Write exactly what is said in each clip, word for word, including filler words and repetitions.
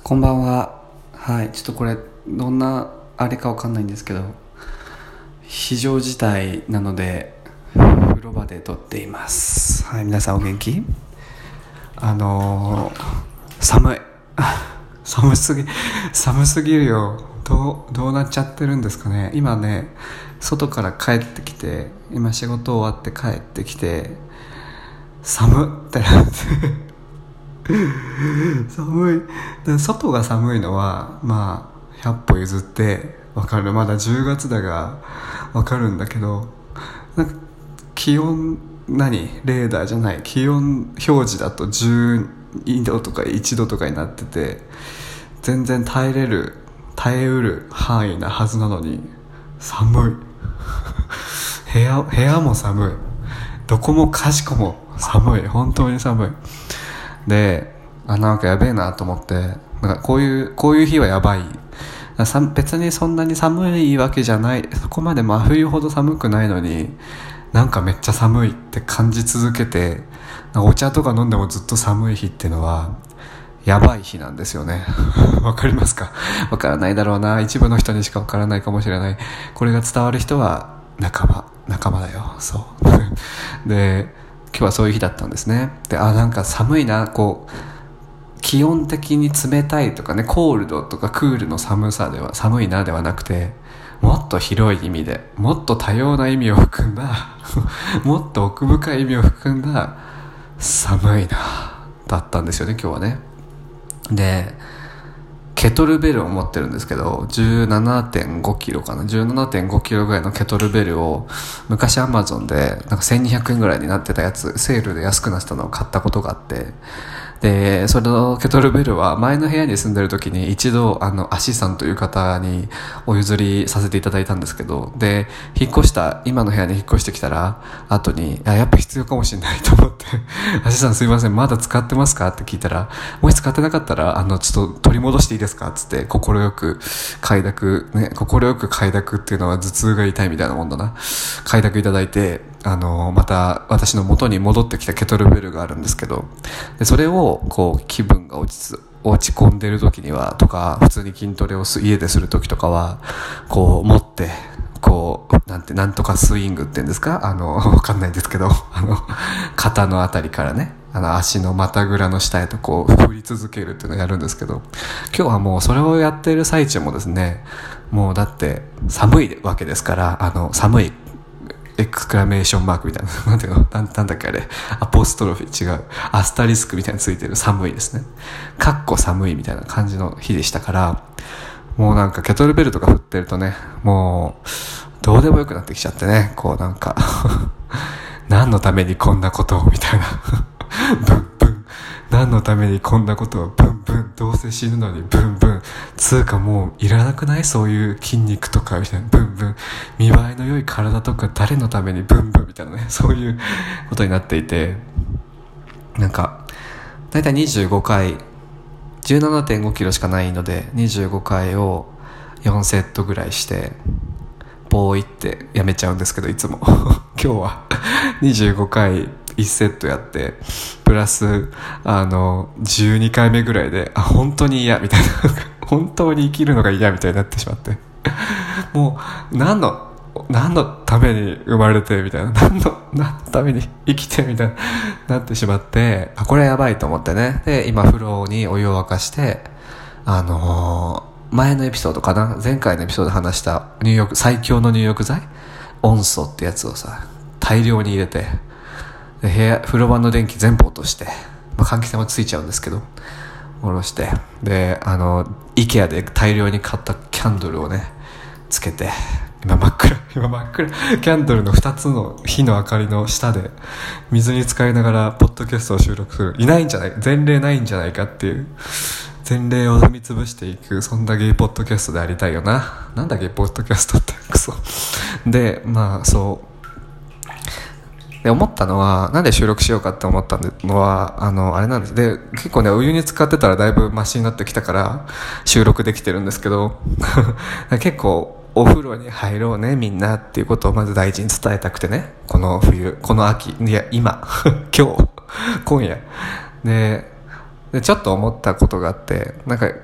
こんばんは。はい、ちょっとこれどんなあれかわかんないんですけど、非常事態なので風呂場で撮っています。はい、皆さんお元気？あのー、寒い寒すぎ寒すぎるよ。どうどうなっちゃってるんですかね。今ね、外から帰ってきて、今仕事終わって帰ってきて、寒ってなって寒いで、外が寒いのはまあひゃっぽ譲ってわかる。まだじゅうがつだがわかるんだけど、なんか気温何レーダーじゃない気温表示だとじゅうにどとかいちどとかになってて、全然耐えれる耐えうる範囲なはずなのに寒い部屋部屋も寒い、どこもかしこも寒い、本当に寒いで、あ、なんかやべえなと思って、なんかこういうこういう日はやばい。別にそんなに寒いわけじゃない、そこまで真冬ほど寒くないのに、なんかめっちゃ寒いって感じ続けて、お茶とか飲んでもずっと寒い日っていうのはやばい日なんですよねわかりますか？わからないだろうな、一部の人にしかわからないかもしれない。これが伝わる人は仲間仲間だよ。そうで、今日はそういう日だったんですね。で、あ、なんか寒いな、こう気温的に冷たいとかね、コールドとかクールの寒さでは、寒いなではなくて、もっと広い意味で、もっと多様な意味を含んだもっと奥深い意味を含んだ寒いなだったんですよね、今日はね。で、ケトルベルを持ってるんですけど、 じゅうななてんごキロかな じゅうななてんごキロぐらいのケトルベルを昔アマゾンでなんかせんにひゃくえんぐらいになってたやつ、セールで安くなってたのを買ったことがあって、でそれのケトルベルは前の部屋に住んでる時に一度あのアシさんという方にお譲りさせていただいたんですけど、で引っ越した今の部屋に引っ越してきたら後に、あ、やっぱ必要かもしれないと思ってアシさんすいません、まだ使ってますかって聞いたら、もし使ってなかったらあのちょっと取り戻していいですかっつって、快く快諾ね、快く快諾っていうのは頭痛が痛いみたいなもんだな、快諾いただいて、あのまた私の元に戻ってきたケトルベルがあるんですけど、でそれをこう気分が落ち着落ち込んでる時にはとか、普通に筋トレを家でする時とかはこう持ってこうなんてなんとかスイングっていうんですか、あのわかんないんですけど、あの肩のあたりからね、あの足の股ぐらの下へとこう振り続けるっていうのをやるんですけど、今日はもうそれをやっている最中もですね、もうだって寒いわけですから、あの寒いエクスクラメーションマークみたいななんていうの な, なんだっけあれ、アポストロフィー、違う、アスタリスクみたいなついてる寒いですね、かっこ寒いみたいな感じの日でしたから、もうなんかケトルベルとか振ってるとね、もうどうでもよくなってきちゃってね、こうなんか何のためにこんなことをみたいなブンブン、何のためにこんなことをブンブン、どうせ死ぬのにブンブン、つうかもういらなくない、そういう筋肉とかみたいな、ブンブン、見栄えの良い体とか誰のためにブンブンみたいなね、そういうことになっていて、なんかだいたいにじゅうごかい じゅうななてんごキロしかないのでにじゅうごかいをよんセットぐらいしてボーイってやめちゃうんですけど、いつも今日はにじゅうごかいいちセットやってプラスあのじゅうにかいめぐらいで、あ、本当に嫌みたいな本当に生きるのが嫌みたいになってしまってもう何の何のために生まれてみたいな、何の何のために生きてみたいになってしまって、あ、これやばいと思ってね。で今風呂にお湯を沸かして、あのー、前のエピソードかな、前回のエピソードで話した入浴最強の入浴剤温素ってやつをさ大量に入れて、で部屋風呂場の電気全部落として、まあ、換気扇もついちゃうんですけど下ろして、であの IKEA で大量に買ったキャンドルをねつけて、今真っ暗今真っ暗キャンドルのふたつの火の明かりの下で水に浸かりながらポッドキャストを収録する。いないんじゃない、前例ないんじゃないかっていう、前例を踏み潰していく、そんなゲイポッドキャストでありたいよな。なんだゲイポッドキャストってクソで、まあそうで思ったのは、なんで収録しようかって思ったのは、あのあれなんです。で結構ね、お湯に浸かってたらだいぶマシになってきたから収録できてるんですけど結構お風呂に入ろうねみんなっていうことをまず大事に伝えたくてね、この冬、この秋、いや今今日今夜ででちょっと思ったことがあって、なんか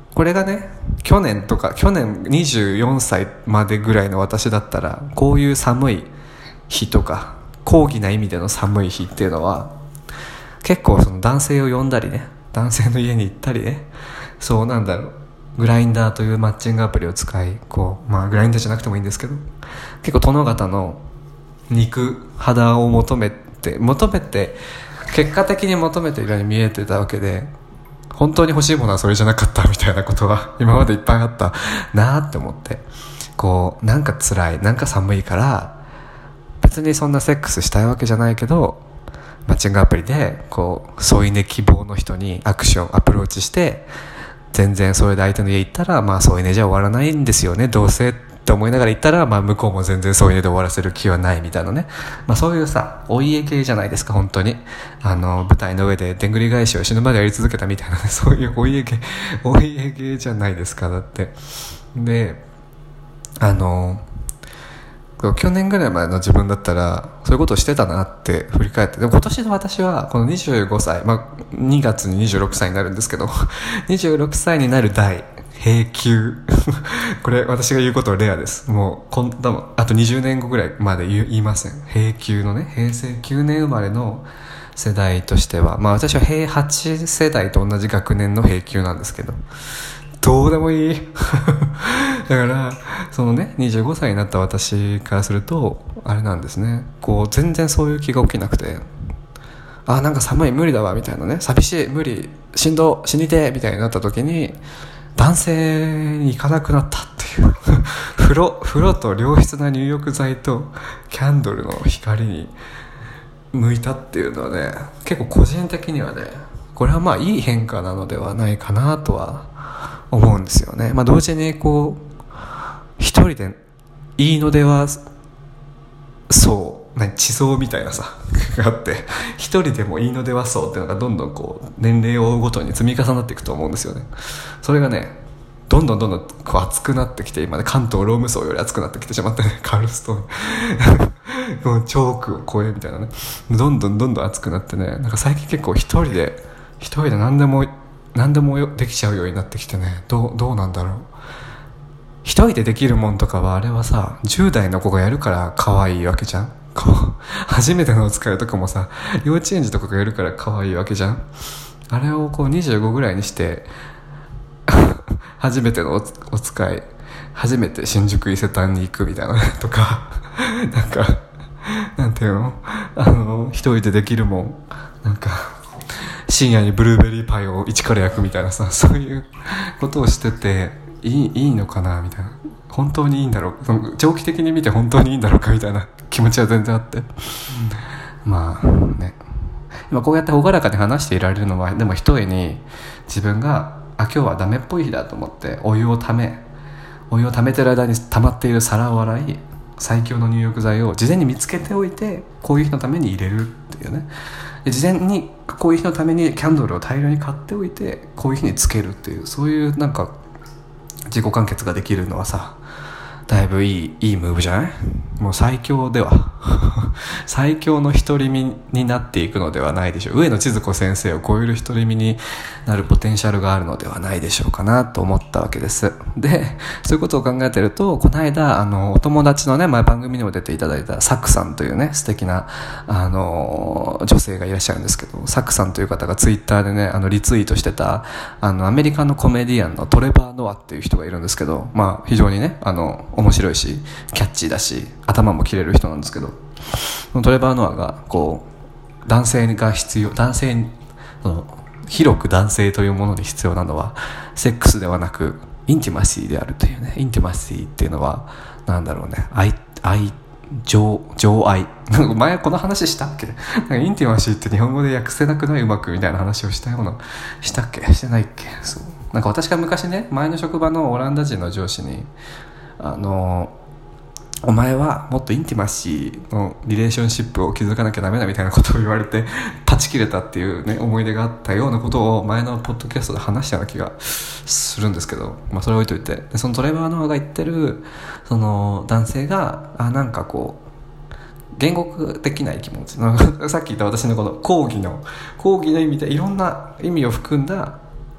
これがね去年とか去年にじゅうよんさいまでぐらいの私だったら、こういう寒い日とか高義な意味での寒い日っていうのは結構その男性を呼んだりね、男性の家に行ったりね、そうなんだろうグラインダーというマッチングアプリを使い、こうまあグラインダーじゃなくてもいいんですけど、結構殿方の肉肌を求めて求めて結果的に求めているように見えてたわけで、本当に欲しいものはそれじゃなかったみたいなことは今までいっぱいあったなーって思って、こうなんか辛いなんか寒いから別にそんなセックスしたいわけじゃないけど、マッチングアプリでこう添い寝希望の人にアクションアプローチして、全然それで相手の家行ったらまあ添い寝じゃ終わらないんですよねどうせって思いながら行ったら、まあ向こうも全然添い寝で終わらせる気はないみたいなね、まあそういうさお家系じゃないですか。本当にあの舞台の上ででんぐり返しを死ぬまでやり続けたみたいなね、そういうお家系お家系じゃないですか。だってであの去年ぐらい前の自分だったらそういうことをしてたなって振り返って、でも今年の私はこのにじゅうごさい、まあ、にがつににじゅうろくさいになるんですけどにじゅうろくさいになる代永久これ私が言うことはレアです。もうこん多分あとにじゅうねんごぐらいまで言いません。永久のね平成きゅうねん生まれの世代としては、まあ私は平はち世代と同じ学年の平休なんですけど、どうでもいいだからそのねにじゅうごさいになった私からするとあれなんですね、こう全然そういう気が起きなくて、あなんか寒い無理だわみたいなね、寂しい無理しんど死にてみたいになった時に男性に行かなくなったっていう風呂風呂と良質な入浴剤とキャンドルの光に向いたっていうのはね、結構個人的にはねこれはまあいい変化なのではないかなとは思うんですよね。まあ同時にこう一人でいいのではそう地層みたいなさがあって、一人でもいいのではそうっていうのがどんどんこう年齢を追うごとに積み重なっていくと思うんですよね。それがねどんどんどんどんこう熱くなってきて、今ね関東ローム層より熱くなってきてしまってね、カルストーンチョークを超えみたいなね、どんどんどんどん熱くなってね、なんか最近結構一人で一人で何でも何でもできちゃうようになってきてね、どうどうなんだろう。一人でできるもんとかはあれはさじゅう代の子がやるから可愛いわけじゃん。こう初めてのお使いとかもさ幼稚園児とかがやるから可愛いわけじゃん。あれをこうにじゅうごぐらいにして初めての お, お使い初めて新宿伊勢丹に行くみたいなとかなんかなんていうのあの一人でできるもん、なんか深夜にブルーベリーパイを一から焼くみたいなさ、そういうことをしてていい、いいのかなみたいな、本当にいいんだろう、長期的に見て本当にいいんだろうかみたいな気持ちは全然あって、まあね今こうやって朗らかに話していられるのはでも一重に自分があ今日はダメっぽい日だと思ってお湯をためお湯をためてる間に溜まっている皿を洗い最強の入浴剤を事前に見つけておいてこういう日のために入れるっていうね、で事前にこういう日のためにキャンドルを大量に買っておいてこういう日につけるっていう、そういうなんか自己完結ができるのはさだいぶいいいいムーブじゃない？もう最強では最強の独り身になっていくのではないでしょう。上野千鶴子先生を超える独り身になるポテンシャルがあるのではないでしょうかなと思ったわけです。でそういうことを考えてると、この間あのお友達のね前番組にも出ていただいたサクさんというね素敵なあの女性がいらっしゃるんですけど、サクさんという方がツイッターでねあのリツイートしてたあのアメリカのコメディアンのトレバー・ノアっていう人がいるんですけど、まあ非常にねあの面白いしキャッチーだし頭も切れる人なんですけど、トレバー・ノアがこう男性が必要男性その広く男性というものに必要なのはセックスではなくインティマシーであるというね。インティマシーっていうのはなんだろうね、愛愛情情愛前この話したっけ？なんかインティマシーって日本語で訳せなくないうまくみたいな話をしたようなしたっけしてないっけ。そうなんか私が昔ね前の職場のオランダ人の上司にあのお前はもっとインティマシーのリレーションシップを築かなきゃダメだみたいなことを言われてパチ切れたっていうね思い出があったようなことを前のポッドキャストで話したような気がするんですけど、まあそれを置いといて、でそのトレバー・ノアが言ってるその男性があなんかこう言語的な気持ちさっき言った私のこの講義の講義の意味でいろんな意味を含んだ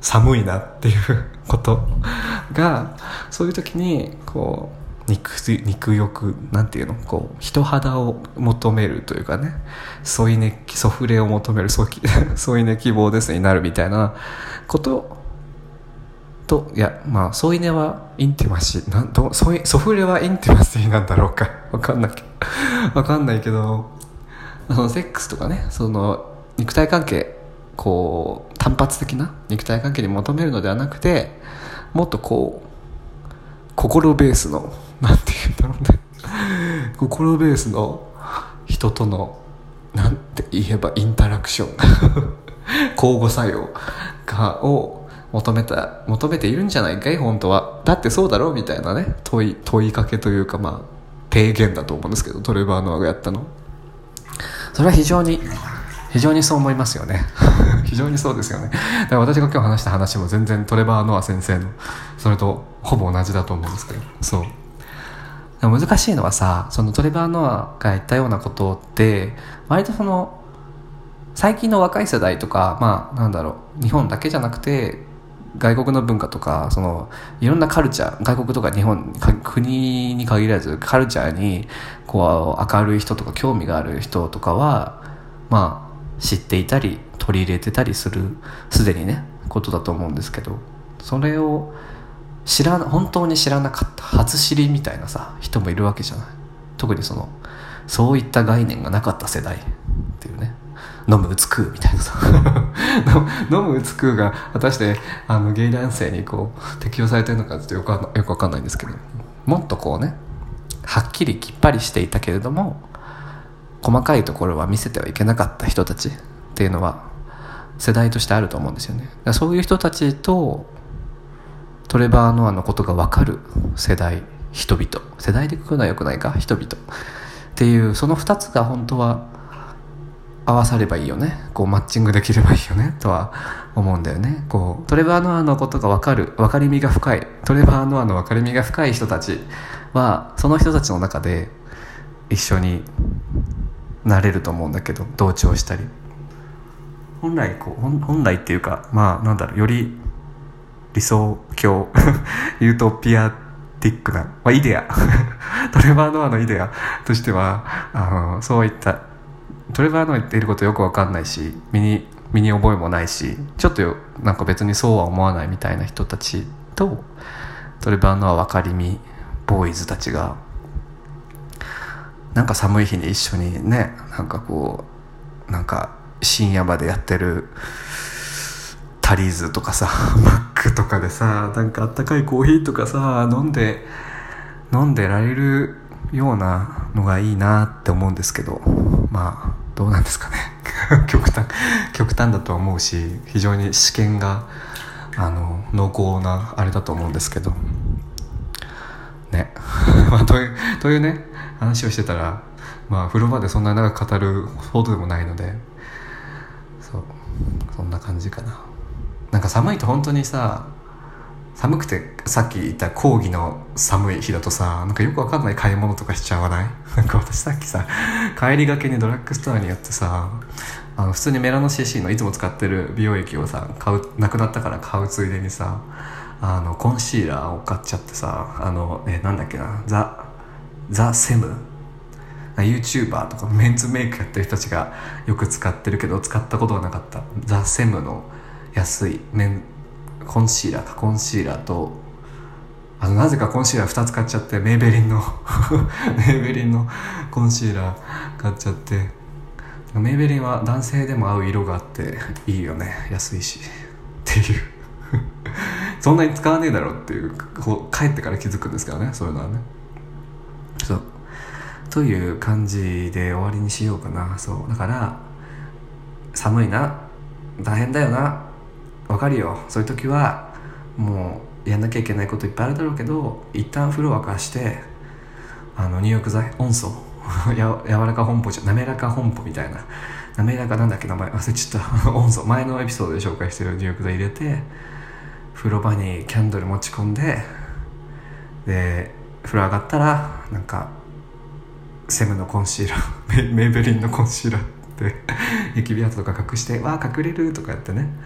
寒いなっていうことが、そういう時にこう肉肉欲なんていうの、こう人肌を求めるというかね、添い寝ソフレを求める添い寝希望ですねになるみたいなことと、いやまあ添い寝はインティマシーなんどソソフレはインティマシーなんだろうかわかんないけどわかんないけど、そのセックスとかね、その肉体関係、こう単発的な肉体関係に求めるのではなくて、もっとこう心ベースのなんて言うんだろうね心ベースの人とのなんて言えばインタラクション交互作用がを求めた求めているんじゃないかい本当は。だってそうだろうみたいなね、問い問いかけというか、まあ提言だと思うんですけど、トレバー・ノアがやったの、それは非常に非常にそう思いますよね非常にそうですよね。だから私が今日話した話も全然トレバー・ノア先生のそれとほぼ同じだと思うんですけど、そうでも難しいのはさ、そのトレバー・ノアが言ったようなことって割とその最近の若い世代とか、まあなんだろう、日本だけじゃなくて外国の文化とか、そのいろんなカルチャー、外国とか日本国に限らずカルチャーにこう明るい人とか興味がある人とかはまあ知っていたり取り入れてたりするすでにねことだと思うんですけど、それを知ら本当に知らなかった初知りみたいなさ人もいるわけじゃない。特にそのそういった概念がなかった世代っていうね、飲むうつくみたいなさ飲むうつくが果たしてあのゲイ男性にこう適用されてるのかちょっとよくわよくわかんないんですけど、もっとこうねはっきりきっぱりしていたけれども細かいところは見せてはいけなかった人たちっていうのは世代としてあると思うんですよね。だからそういう人たちとトレバー・ノアのことが分かる世代、人々、世代でくくるのはよくないか、人々っていうそのふたつが本当は合わさればいいよね、こうマッチングできればいいよねとは思うんだよね。こうトレバー・ノアのことが分かる、分かりみが深い、トレバー・ノアの分かりみが深い人たちはその人たちの中で一緒になれると思うんだけど、同調したり本来こう本来っていうか、まあなんだろう、より理想郷ユートピアティックな、まあ、イデアトレバー・ノアのイデアとしてはあのそういったトレバー・ノア言っていることよく分かんないし身に身に覚えもないし、ちょっとよなんか別にそうは思わないみたいな人たちとトレバー・ノア分かりみボーイズたちがなんか寒い日に一緒にね、なんかこうなんか深夜までやってるタリーズとかさマックとかでさ、なんかあったかいコーヒーとかさ飲んで飲んでられるようなのがいいなって思うんですけど、まあどうなんですかね極端極端だとは思うし、非常に試験があの濃厚なあれだと思うんですけどねまあというというね話をしてたら、まあ風呂場でそんな長く語るほどでもないので、そうそんな感じかな。なんか寒いと本当にさ、寒くてさっき言った講義の寒い日だとさ、なんかよくわかんない買い物とかしちゃわない？なんか私さっきさ帰りがけにドラッグストアに寄ってさ、あの普通にメラノ シーシー のいつも使ってる美容液をさ買う、なくなったから買うついでにさ、あのコンシーラーを買っちゃってさ、あのえなんだっけな、ザザセムYouTuber とかメンズメイクやってる人たちがよく使ってるけど使ったことがなかったザ・セムの安いメンコンシーラーかコンシーラーと、あのなぜかコンシーラーふたつ買っちゃって、メイベリンのメイベリンのコンシーラー買っちゃって、メイベリンは男性でも合う色があっていいよね、安いしっていうそんなに使わねえだろっていう、こう帰ってから気づくんですけどね、そういうのはね。そうという感じで終わりにしようかな。そうだから寒いな、大変だよな、わかるよ、そういう時はもうやんなきゃいけないこといっぱいあるだろうけど、一旦風呂沸かしてあの入浴剤温素や柔らか本舗じゃ滑らか本舗みたいな、滑らかなんだっけ名前忘れちゃった温素、前のエピソードで紹介してる入浴剤入れて風呂場にキャンドル持ち込んで、で風呂上がったらなんかセムのコンシーラーメイベリンのコンシーラーってニキビ跡とか隠してわー隠れるとかやってね、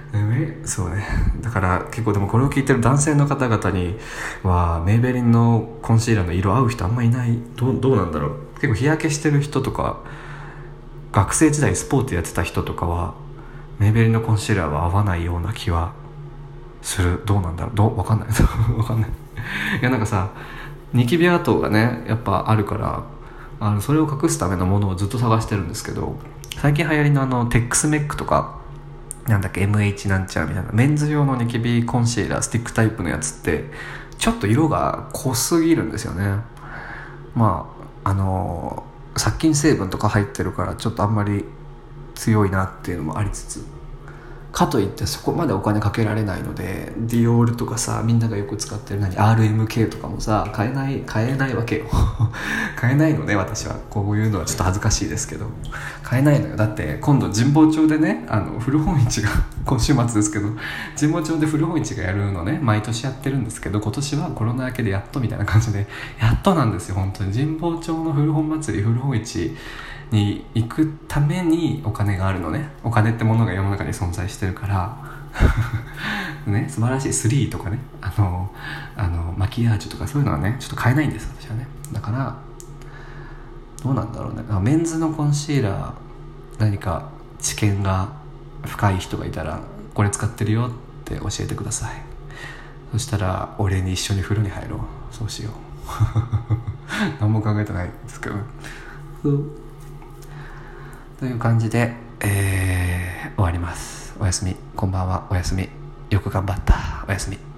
えそうね、だから結構でもこれを聞いてる男性の方々にはメイベリンのコンシーラーの色合う人あんまいない。どう、どうなんだろう。結構日焼けしてる人とか学生時代スポーツやってた人とかはメイベリンのコンシーラーは合わないような気はする。どうなんだろう、どう、わかんないわかんない。いやなんかさ、ニキビ跡がねやっぱあるから、あのそれを隠すためのものをずっと探してるんですけど、最近流行りのあのテックスメックとかなんだっけ エムエイチ なんちゃらみたいなメンズ用のニキビコンシーラースティックタイプのやつってちょっと色が濃すぎるんですよね。まああの殺菌成分とか入ってるからちょっとあんまり強いなっていうのもありつつ、かといってそこまでお金かけられないので、ディオールとかさ、みんながよく使ってる何 アールエムケー とかもさ買えない買えないわけよ買えないのね。私はこういうのはちょっと恥ずかしいですけど買えないのよ。だって今度神保町でね、あの古本市が今週末ですけど神保町で古本市がやるのね、毎年やってるんですけど、今年はコロナ明けでやっとみたいな感じでやっとなんですよ。本当に神保町の古本祭り古本市に行くためにお金があるのね。お金ってものが世の中に存在してるからね、素晴らしいスリーとかね、あのあのマキアージュとかそういうのはねちょっと買えないんです私はね。だからどうなんだろうね。メンズのコンシーラー何か知見が深い人がいたらこれ使ってるよって教えてください。そしたら俺に一緒に風呂に入ろう。そうしよう何も考えてないんですけど、うんという感じで、えー、終わります。おやすみ。こんばんは。おやすみ。よく頑張った。おやすみ。